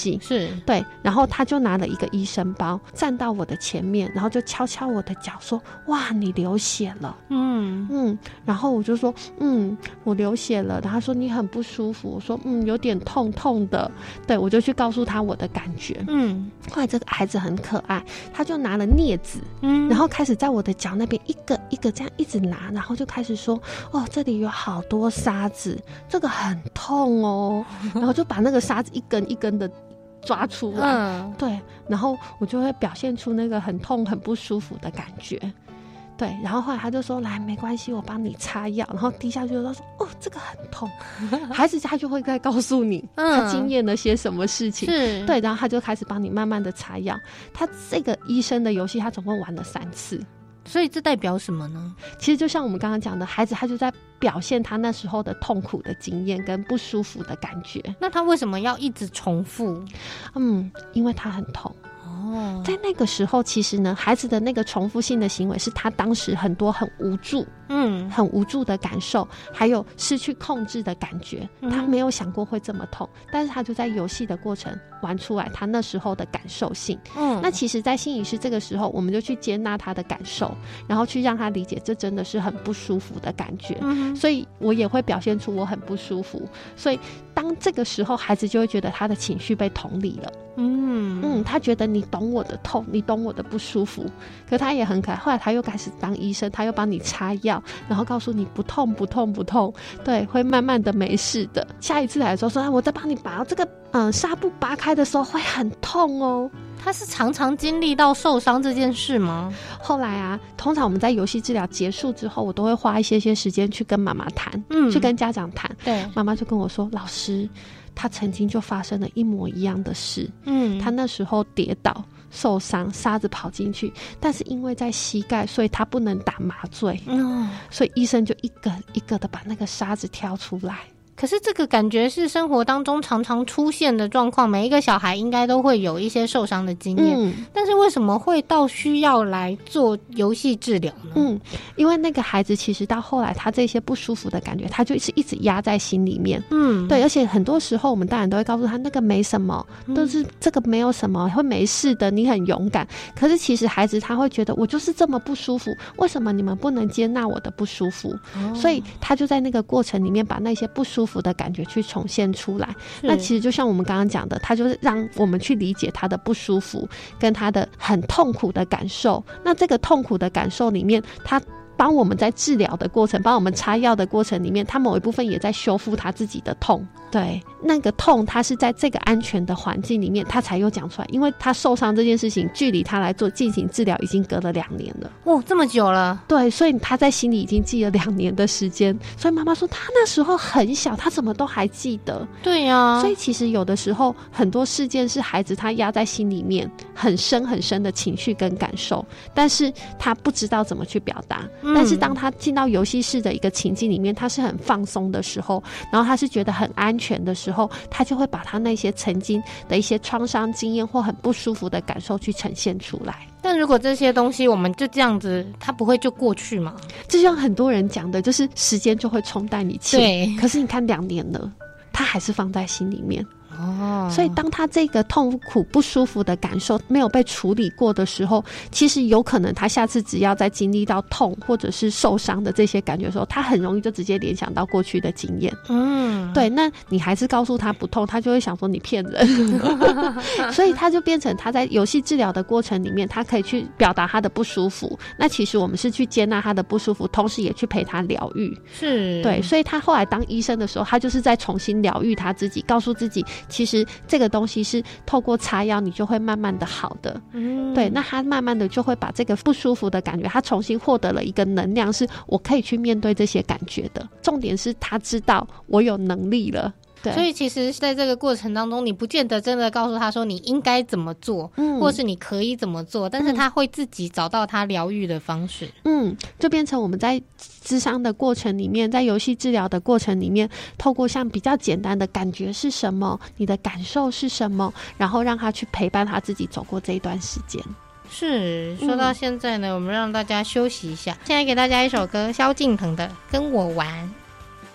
是对，然后他就拿了一个医生包站到我的前面，然后就敲敲我的脚说哇你流血了。嗯嗯，然后我就说嗯我流血了，然后他说你很不舒服，我说嗯有点痛痛的，对，我就去告诉他我的感觉。嗯，后来这个孩子很可爱，他就拿了镊子，嗯，然后开始在我的脚那边一个一个这样一直拿，然后就开始说哦这里有好多沙子，这个很痛哦，然后就把那个沙子一根一根的抓出来。嗯，对，然后我就会表现出那个很痛很不舒服的感觉。对，然后后来他就说来没关系我帮你擦药，然后滴下去就说哦这个很痛孩子他就会再告诉你他经验了些什么事情。是，对，然后他就开始帮你慢慢的擦药。他这个医生的游戏他总共玩了三次。 所以这代表什么呢？ 其实就像我们刚刚讲的，孩子他就在表现他那时候的痛苦的经验跟不舒服的感觉。 那他为什么要一直重复？ 嗯，因为他很痛。哦，在那个时候其实呢孩子的那个重复性的行为是他当时很多很无助，嗯，很无助的感受，还有失去控制的感觉。嗯，他没有想过会这么痛，但是他就在游戏的过程玩出来他那时候的感受性。嗯，那其实在心理师这个时候我们就去接纳他的感受，然后去让他理解这真的是很不舒服的感觉。嗯，所以我也会表现出我很不舒服，所以当这个时候孩子就会觉得他的情绪被同理了。嗯嗯，他觉得你懂我的痛，你懂我的不舒服。可他也很可爱，后来他又开始当医生，他又帮你擦药，然后告诉你不痛不痛不痛，对，会慢慢的没事的。下一次来的时候说、啊、我再帮你把这个嗯纱布扒开的时候会很痛哦。 他是常常经历到受伤这件事吗？ 后来啊，通常我们在游戏治疗结束之后，我都会花一些些时间去跟妈妈谈，嗯，去跟家长谈。对，妈妈就跟我说，老师他曾经就发生了一模一样的事。嗯，他那时候跌倒受伤，沙子跑进去，但是因为在膝盖，所以他不能打麻醉。嗯，所以医生就一个一个的把那个沙子挑出来。 可是这个感觉是生活当中常常出现的状况，每一个小孩应该都会有一些受伤的经验。嗯，但是为什么会到需要来做游戏治疗呢？ 嗯，因为那个孩子其实到后来他这些不舒服的感觉他就是一直压在心里面。嗯，对，而且很多时候我们当然都会告诉他那个没什么，都是这个没有什么，会没事的，你很勇敢。可是其实孩子他会觉得我就是这么不舒服，为什么你们不能接纳我的不舒服？哦，所以他就在那个过程里面把那些不舒服的感觉去重现出来。那其实就像我们刚刚讲的，他就是让我们去理解他的不舒服跟他的很痛苦的感受。那这个痛苦的感受里面，他帮我们在治疗的过程，帮我们擦药的过程里面，他某一部分也在修复他自己的痛。对，那个痛他是在这个安全的环境里面他才有讲出来，因为他受伤这件事情距离他来做进行治疗已经隔了两年了。 哦，这么久了。 对，所以他在心里已经记了两年的时间。所以妈妈说他那时候很小，他怎么都还记得。 对呀，啊， 所以其实有的时候很多事件是孩子他压在心里面很深很深的情绪跟感受，但是他不知道怎么去表达。嗯，但是当他进到游戏室的一个情境里面，他是很放松的时候，然后他是觉得很安全的时候，他就会把他那些曾经的一些创伤经验或很不舒服的感受去呈现出来。 但如果这些东西我们就这样子，它不会就过去吗？ 就像很多人讲的，就是时间就会冲淡一切。对，可是你看两年了，他还是放在心里面。哦，所以当他这个痛苦不舒服的感受没有被处理过的时候，其实有可能他下次只要再经历到痛或者是受伤的这些感觉的时候，他很容易就直接联想到过去的经验。嗯，对，那你还是告诉他不痛，他就会想说你骗人所以他就变成他在游戏治疗的过程里面，他可以去表达他的不舒服，那其实我们是去接纳他的不舒服，同时也去陪他疗愈。是，对，所以他后来当医生的时候，他就是在重新疗愈他自己，告诉自己其实这个东西是透过擦药你就会慢慢的好的。嗯，对，那他慢慢的就会把这个不舒服的感觉，他重新获得了一个能量，是我可以去面对这些感觉的。重点是他知道我有能力了。对， 所以其实在这个过程当中，你不见得真的告诉他说你应该怎么做，嗯，或是你可以怎么做，但是他会自己找到他疗愈的方式。 嗯，就变成我们在諮商的过程里面，在游戏治疗的过程里面，透过像比较简单的感觉是什么，你的感受是什么，然后让他去陪伴他自己走过这一段时间。 是，说到现在呢，嗯，我们让大家休息一下，现在给大家一首歌，萧敬腾的《跟我玩》。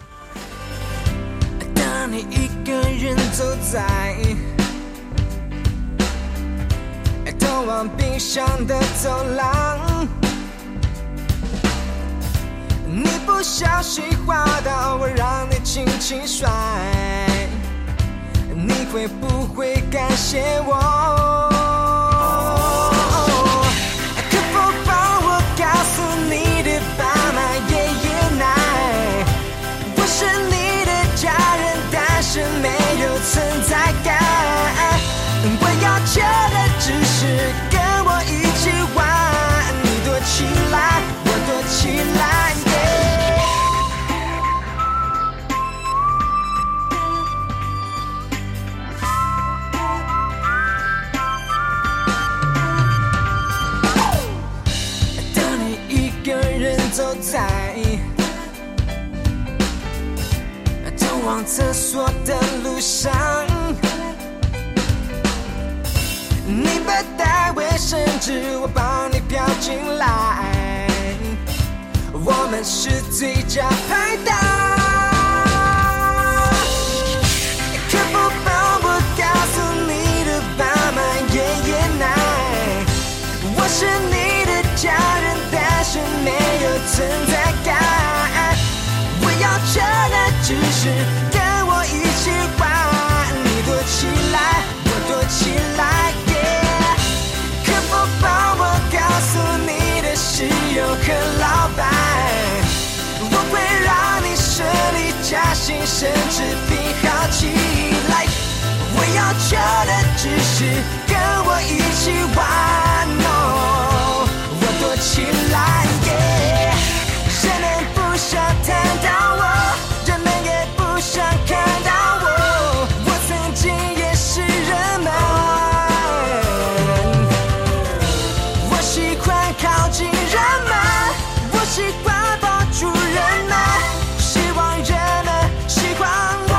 当你一个人走在通往冰箱的走廊，你不小心滑倒我，让你轻轻摔，你会不会感谢我？可否帮我告诉你的爸妈爷爷奶，我是你的家人，但是没有存在感。我要求的只是跟我一起玩，你躲起来，我躲起来。当你一个人走在通往厕所的路上，你不带卫生纸，我帮你飘进来，我们是最佳拍档。可否帮我告诉你的爸妈爷爷奶，我是你的家人，但是没有存在感。我要求的只是跟我一起玩，你躲起来，我躲起来。帮我告诉你的室友和老板，我会让你顺利加薪，甚至变好起来。我要求的只是跟我一起玩哦，我躲起来。人们不想看到我，人们也不想看到我，我曾经也是人们。靠近人们，我喜欢抱住人们，希望人们喜欢我。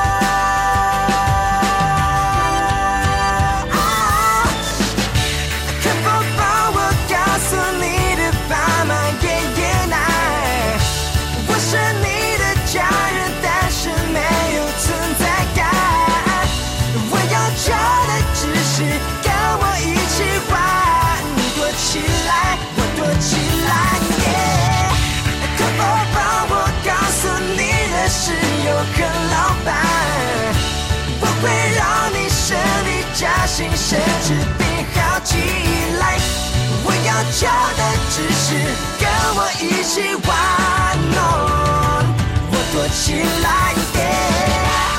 啊、可否帮我告诉你的爸妈爷爷奶，我是你的家人，但是没有存在感。我要求的只是跟我一起玩，你躲起来，躲起来， yeah、 可否帮我告诉你的室友和老板，我会让你顺利加薪，甚至变好起来。我要求的只是跟我一起玩哦，我躲起来。Yeah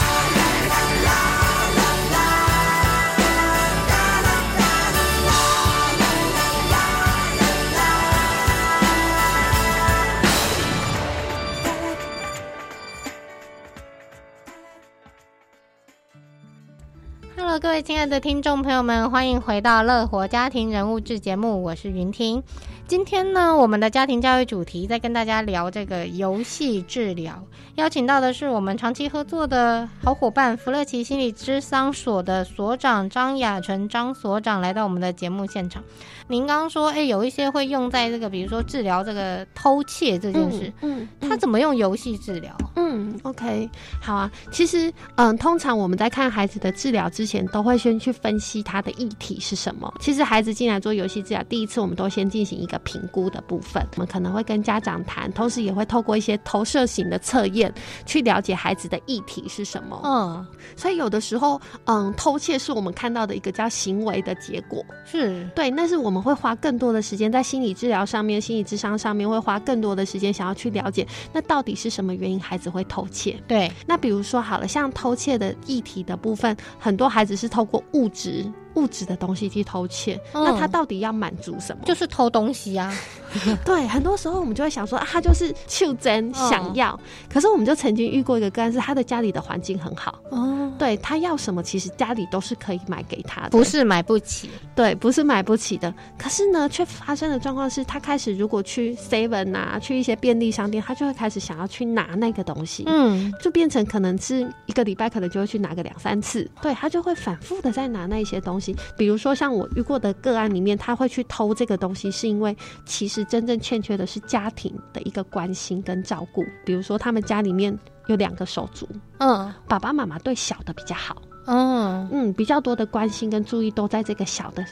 Hello， 各位亲爱的听众朋友们，欢迎回到乐活家庭人物志节目，我是云婷。今天呢，我们的家庭教育主题在跟大家聊这个游戏治疗，邀请到的是我们长期合作的好伙伴福乐奇心理咨商所的所长张雅纯张所长来到我们的节目现场。您刚刚说，哎，有一些会用在这个，比如说治疗这个偷窃这件事，嗯，嗯他怎么用游戏治疗？ 嗯 ，OK， 好啊。其实，嗯，通常我们在看孩子的治疗之前，都会先去分析他的议题是什么。其实孩子进来做游戏治疗，第一次我们都先进行一个评估的部分，我们可能会跟家长谈，同时也会透过一些投射型的测验，去了解孩子的议题是什么。嗯，所以有的时候，嗯，偷窃是我们看到的一个叫行为的结果， 是对， 那是我们会花更多的时间在心理治疗上面、心理咨商上面，会花更多的时间想要去了解，那到底是什么原因孩子会偷窃？ 对， 那比如说好了，像偷窃的议题的部分，很多孩子是透过物质。物质的东西去偷窃、嗯、那他到底要满足什么？ 就是偷东西啊对，很多时候我们就会想说啊，他就是求真想要、嗯、可是我们就曾经遇过一个个案，是他的家里的环境很好、哦、对，他要什么其实家里都是可以买给他的， 不是买不起， 对，不是买不起的，可是呢却发生的状况是他开始如果去 seven 啊，去一些便利商店，他就会开始想要去拿那个东西，嗯，就变成可能是一个礼拜可能就会去拿个两三次，对，他就会反复的在拿那些东西。比如说像我遇过的个案里面，他会去偷这个东西是因为其实真正欠缺的是家庭的一个关心跟照顾。比如说他们家里面有两个手足，嗯，爸爸妈妈对小的比较好，嗯嗯，比较多的关心跟注意都在这个小的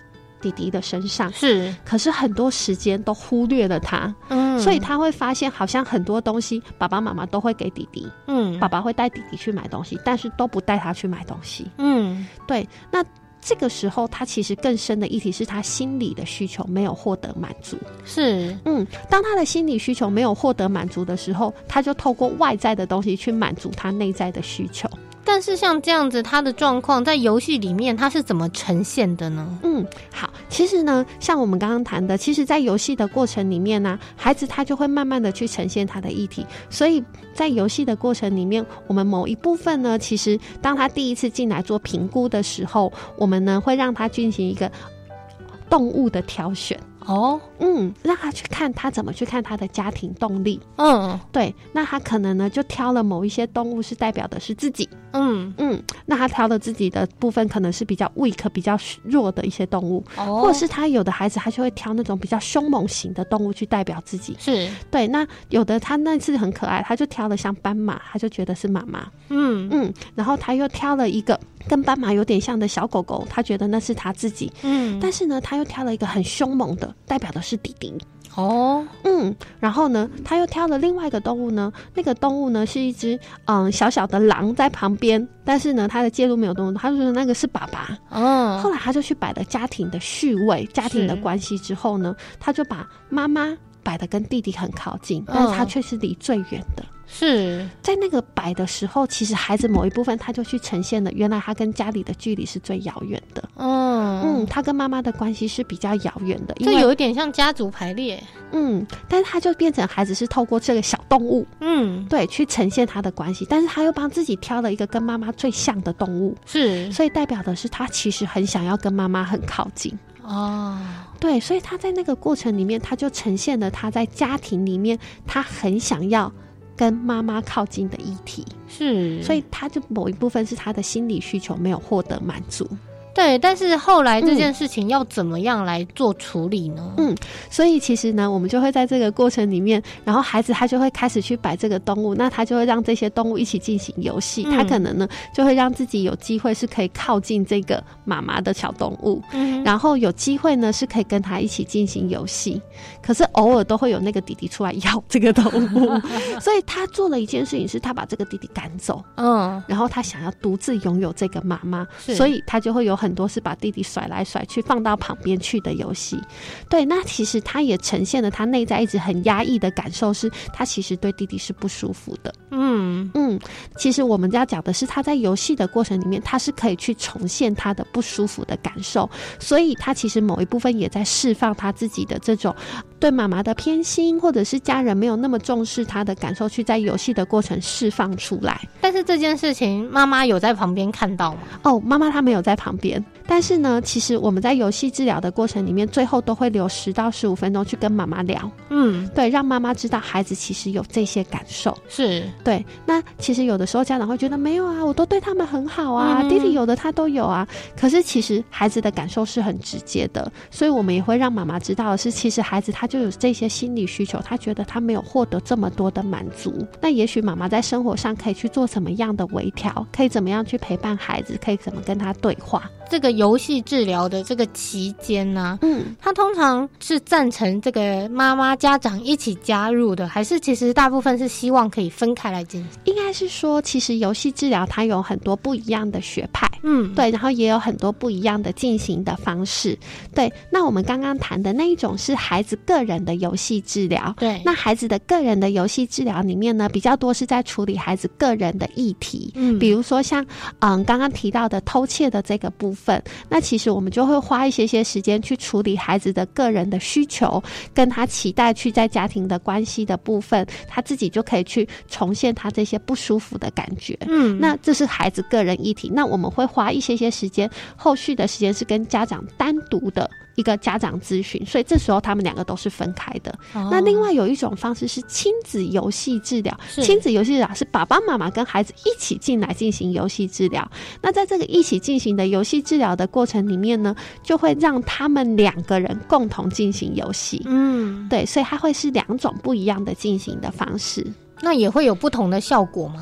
弟弟的身上， 是， 可是很多时间都忽略了他，嗯，所以他会发现好像很多东西爸爸妈妈都会给弟弟，嗯，爸爸会带弟弟去买东西，但是都不带他去买东西，嗯，对，那这个时候他其实更深的议题是他心理的需求没有获得满足， 是， 嗯，当他的心理需求没有获得满足的时候，他就透过外在的东西去满足他内在的需求。 但是像这样子他的状况在游戏里面他是怎么呈现的呢？ 嗯，好，其实呢像我们刚刚谈的，其实在游戏的过程里面呢、啊，孩子他就会慢慢的去呈现他的议题，所以在游戏的过程里面，我们某一部分呢，其实当他第一次进来做评估的时候，我们呢会让他进行一个动物的挑选哦， 嗯，让他去看他怎么去看他的家庭动力， 嗯， 对，那他可能呢就挑了某一些动物是代表的是自己，嗯嗯，那他挑了自己的部分可能是比较 weak 比较弱的一些动物，哦，或者是他有的孩子他就会挑那种比较凶猛型的动物去代表自己， 是， 对，那有的他那次很可爱，他就挑了像斑马，他就觉得是妈妈，嗯嗯，然后他又挑了一个跟斑马有点像的小狗狗，他觉得那是他自己，嗯，但是呢他又挑了一个很凶猛的代表的是弟弟，哦，嗯，然后呢他又挑了另外一个动物呢，那个动物呢是一只嗯小小的狼在旁边，但是呢他的介入没有动物，他就说那个是爸爸，哦，后来他就去摆了家庭的序位家庭的关系之后呢，他就把妈妈摆得跟弟弟很靠近，但是他却是离最远的， 是在那个摆的时候，其实孩子某一部分他就去呈现了原来他跟家里的距离是最遥远的，嗯嗯，他跟妈妈的关系是比较遥远的， 这有一点像家族排列， 嗯，但是他就变成孩子是透过这个小动物，嗯，对，去呈现他的关系，但是他又帮自己挑了一个跟妈妈最像的动物， 是， 所以代表的是他其实很想要跟妈妈很靠近，哦，对，所以他在那个过程里面他就呈现了他在家庭里面他很想要跟妈妈靠近的议题， 是， 所以他就某一部分是他的心理需求没有获得满足， 对，但是后来这件事情要怎么样来做处理呢？ 嗯，所以其实呢我们就会在这个过程里面，然后孩子他就会开始去摆这个动物，那他就会让这些动物一起进行游戏，嗯，他可能呢就会让自己有机会是可以靠近这个妈妈的小动物，嗯，然后有机会呢是可以跟他一起进行游戏，可是偶尔都会有那个弟弟出来咬这个动物所以他做了一件事情是他把这个弟弟赶走，嗯，然后他想要独自拥有这个妈妈，所以他就会有很多是把弟弟甩来甩去放到旁边去的游戏，对，那其实他也呈现了他内在一直很压抑的感受，是他其实对弟弟是不舒服的，嗯嗯，其实我们要讲的是他在游戏的过程里面他是可以去重现他的不舒服的感受，所以他其实某一部分也在释放他自己的这种对妈妈的偏心，或者是家人没有那么重视他的感受，去在游戏的过程释放出来。 但是这件事情妈妈有在旁边看到吗？ 哦，妈妈她没有在旁边，但是呢其实我们在游戏治疗的过程里面最后都会留十到十五分钟去跟妈妈聊，嗯，对，让妈妈知道孩子其实有这些感受， 是， 对，那其实有的时候家长会觉得没有啊，我都对他们很好啊，嗯，弟弟有的他都有啊，可是其实孩子的感受是很直接的，所以我们也会让妈妈知道的是其实孩子他就有这些心理需求，他觉得他没有获得这么多的满足，那也许妈妈在生活上可以去做什么样的微调，可以怎么样去陪伴孩子，可以怎么跟他对话。 这个游戏治疗的这个期间呢，啊，嗯，他通常是赞成这个妈妈家长一起加入的，还是其实大部分是希望可以分开来进行？ 应该是说其实游戏治疗它有很多不一样的学派，嗯，对，然后也有很多不一样的进行的方式，对，那我们刚刚谈的那一种是孩子个人的游戏治疗， 对， 那孩子的个人的游戏治疗里面呢比较多是在处理孩子个人的议题，嗯，比如说像嗯刚刚提到的偷窃的这个部分，那其实我们就会花一些些时间去处理孩子的个人的需求，跟他期待去在家庭的关系的部分，他自己就可以去重现他这些不舒服的感觉，嗯，那这是孩子个人议题，那我们会花一些些时间，后续的时间是跟家长单独的一个家长咨询，所以这时候他们两个都是分开的，哦，那另外有一种方式是亲子游戏治疗，亲子游戏治疗是爸爸妈妈跟孩子一起进来进行游戏治疗，那在这个一起进行的游戏治疗的过程里面呢，就会让他们两个人共同进行游戏，嗯，对，所以它会是两种不一样的进行的方式。 那也会有不同的效果吗？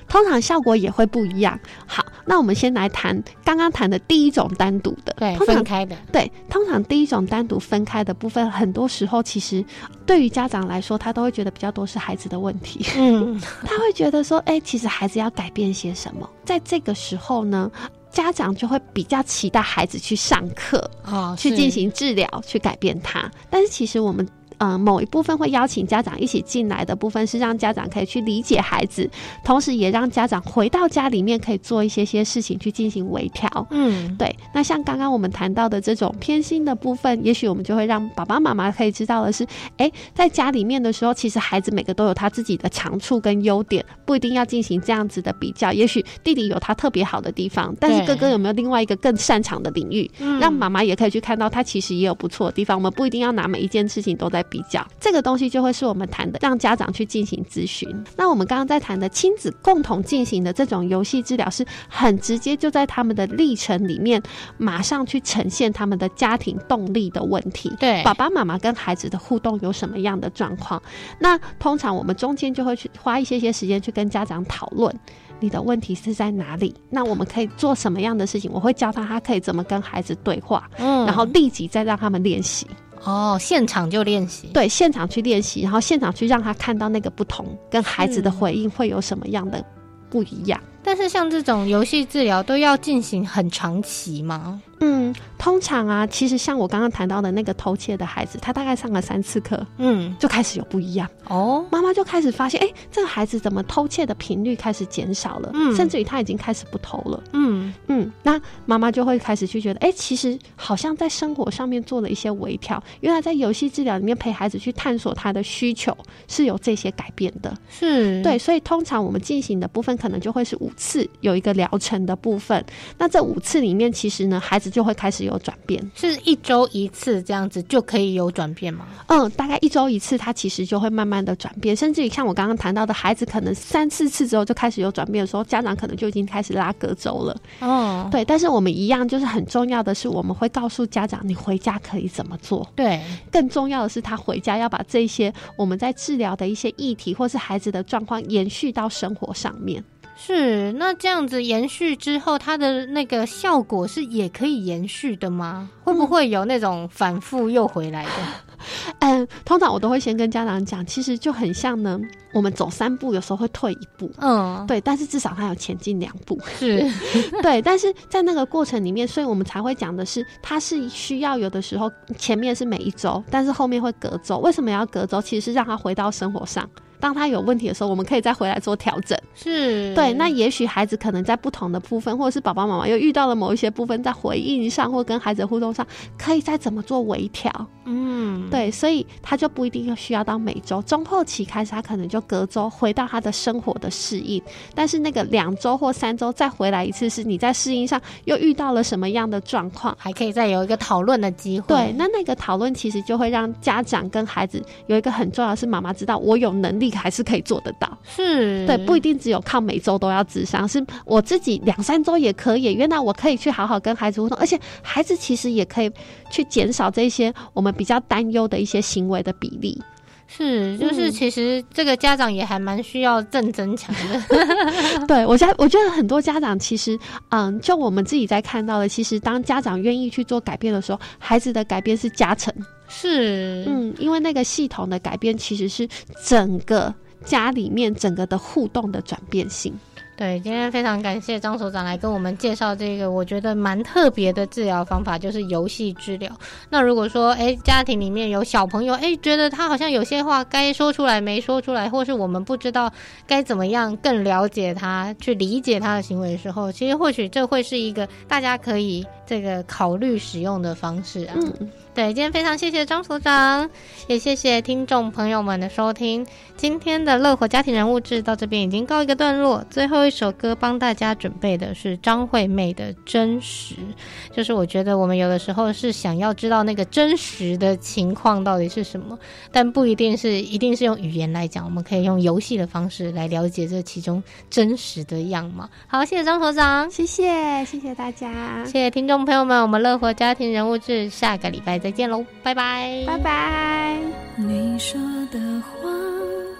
通常效果也会不一样。好，那我们先来谈刚刚谈的第一种单独的， 对， 通常分开的， 对，通常第一种单独分开的部分，很多时候其实对于家长来说，他都会觉得比较多是孩子的问题。嗯，他会觉得说，哎、欸，其实孩子要改变些什么，在这个时候呢，家长就会比较期待孩子去上课，哦，去进行治疗，去改变他。但是其实我们呃，某一部分会邀请家长一起进来的部分是让家长可以去理解孩子，同时也让家长回到家里面可以做一些些事情去进行微调。嗯，对。那像刚刚我们谈到的这种偏心的部分，也许我们就会让爸爸妈妈可以知道的是，哎，在家里面的时候，其实孩子每个都有他自己的长处跟优点，不一定要进行这样子的比较。也许弟弟有他特别好的地方，但是哥哥有没有另外一个更擅长的领域，让妈妈也可以去看到他其实也有不错的地方。我们不一定要拿每一件事情都在比较，这个东西就会是我们谈的让家长去进行咨询。那我们刚刚在谈的亲子共同进行的这种游戏治疗，是很直接就在他们的历程里面马上去呈现他们的家庭动力的问题，对，爸爸妈妈跟孩子的互动有什么样的状况。那通常我们中间就会去花一些些时间去跟家长讨论你的问题是在哪里，那我们可以做什么样的事情，我会教他他可以怎么跟孩子对话，嗯，然后立即再让他们练习。 哦，现场就练习， 对，现场去练习，然后现场去让他看到那个不同，跟孩子的回应会有什么样的不一样。 但是像这种游戏治疗都要进行很长期吗？ 嗯，通常啊，其实像我刚刚谈到的那个偷窃的孩子，他大概上了三次课，嗯，就开始有不一样哦。妈妈就开始发现，哎、欸，这个孩子怎么偷窃的频率开始减少了，嗯，甚至于他已经开始不偷了，嗯嗯。那妈妈就会开始去觉得，哎、欸，其实好像在生活上面做了一些微调，原来在游戏治疗里面陪孩子去探索他的需求是有这些改变的，是对。所以通常我们进行的部分可能就会是五次有一个疗程的部分，那这五次里面，其实呢，孩子就会开始有转变， 是一周一次这样子就可以有转变吗？ 嗯，大概一周一次，他其实就会慢慢的转变，甚至于像我刚刚谈到的孩子，可能三四次之后就开始有转变的时候，家长可能就已经开始拉隔周了。哦，对，但是我们一样，就是很重要的是，我们会告诉家长，你回家可以怎么做。对，更重要的是，他回家要把这些我们在治疗的一些议题，或是孩子的状况延续到生活上面。 是，那这样子延续之后，它的那个效果是也可以延续的吗？会不会有那种反复又回来的？ 嗯，通常我都会先跟家长讲，其实就很像呢，我们走三步，有时候会退一步，嗯，对，但是至少他有前进两步，是，对，但是在那个过程里面，所以我们才会讲的是，它是需要有的时候前面是每一周，但是后面会隔周。为什么要隔周？其实是让他回到生活上。当他有问题的时候，我们可以再回来做调整。是，对。那也许孩子可能在不同的部分，或者是爸爸妈妈又遇到了某一些部分，在回应上或跟孩子的互动上，可以再怎么做微调。嗯，对，所以他就不一定要需要到每周，中后期开始，他可能就隔周回到他的生活的适应。但是那个两周或三周再回来一次，是你在适应上又遇到了什么样的状况， 还可以再有一个讨论的机会。 对，那那个讨论其实就会让家长跟孩子有一个很重要的是，妈妈知道我有能力还是可以做得到，是对，不一定只有靠每周都要咨商，是我自己两三周也可以。原来我可以去好好跟孩子互动，而且孩子其实也可以去减少这些我们比较担忧的一些行为的比例。 是，就是其实这个家长也还蛮需要正增强的。 对，我家我觉得很多家长其实，嗯，就我们自己在看到的，其实当家长愿意去做改变的时候，孩子的改变是加成。是，嗯，因为那个系统的改变其实是整个家里面整个的互动的转变性。 对，今天非常感谢张所长来跟我们介绍这个我觉得蛮特别的治疗方法，就是游戏治疗。那如果说哎，家庭里面有小朋友哎，觉得他好像有些话该说出来没说出来，或是我们不知道该怎么样更了解他，去理解他的行为的时候，其实或许这会是一个大家可以这个考虑使用的方式啊。嗯，对，今天非常谢谢张所长，也谢谢听众朋友们的收听。今天的乐活家庭人物志到这边已经告一个段落，最后一首歌帮大家准备的是张惠妹的真实。就是我觉得我们有的时候是想要知道那个真实的情况到底是什么，但不一定是一定是用语言来讲，我们可以用游戏的方式来了解这其中真实的样貌。好，谢谢张所长， 谢谢谢谢大家， 谢谢听众朋友们，我们乐活家庭人物志下个礼拜再见喽，拜拜拜拜。 你说的话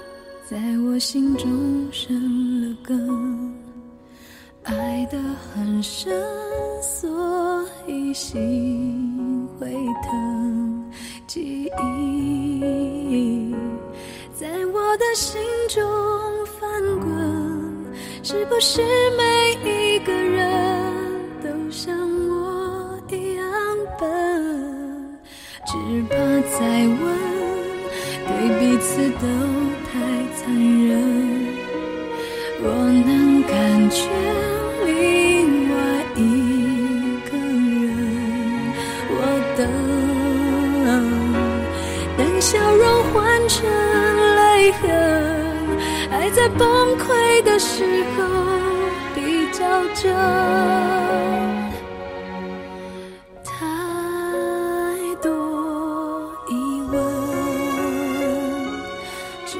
在我心中生了根，爱得很深，所以心会疼。记忆在我的心中翻滚，是不是每一个人都像我一样笨？只怕再问，对彼此都太残忍。若能感觉另外一个人，我等，等笑容换成泪痕，爱在崩溃的时候比较真。